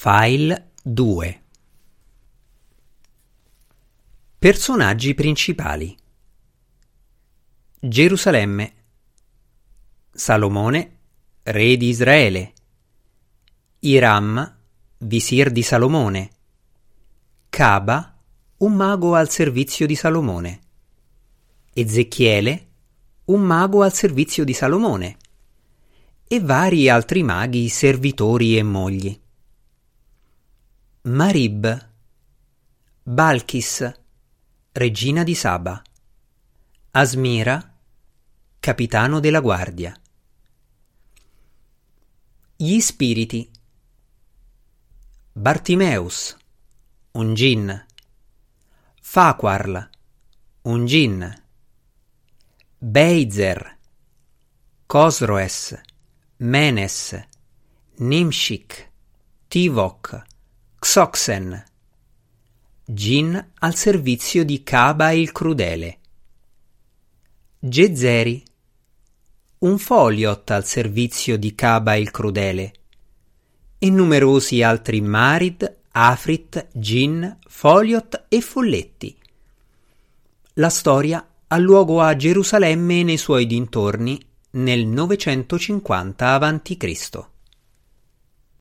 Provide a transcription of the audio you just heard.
File 2. Personaggi principali: Gerusalemme, Salomone, re di Israele, Hiram, visir di Salomone, Caba, un mago al servizio di Salomone, Ezechiele, un mago al servizio di Salomone, e vari altri maghi, servitori e mogli. Marib, Balkis, regina di Saba, Asmira, capitano della guardia. Gli spiriti: Bartimeus, un gin, Faquarl, un gin, Beizer, Cosroes, Menes, Nimshik, Tivok, Xoxen, gin al servizio di Caba il crudele, Gezeri, un foliot al servizio di Caba il crudele, e numerosi altri marid, afrit, gin, foliot e folletti. La storia ha luogo a Gerusalemme e nei suoi dintorni nel 950 a.C.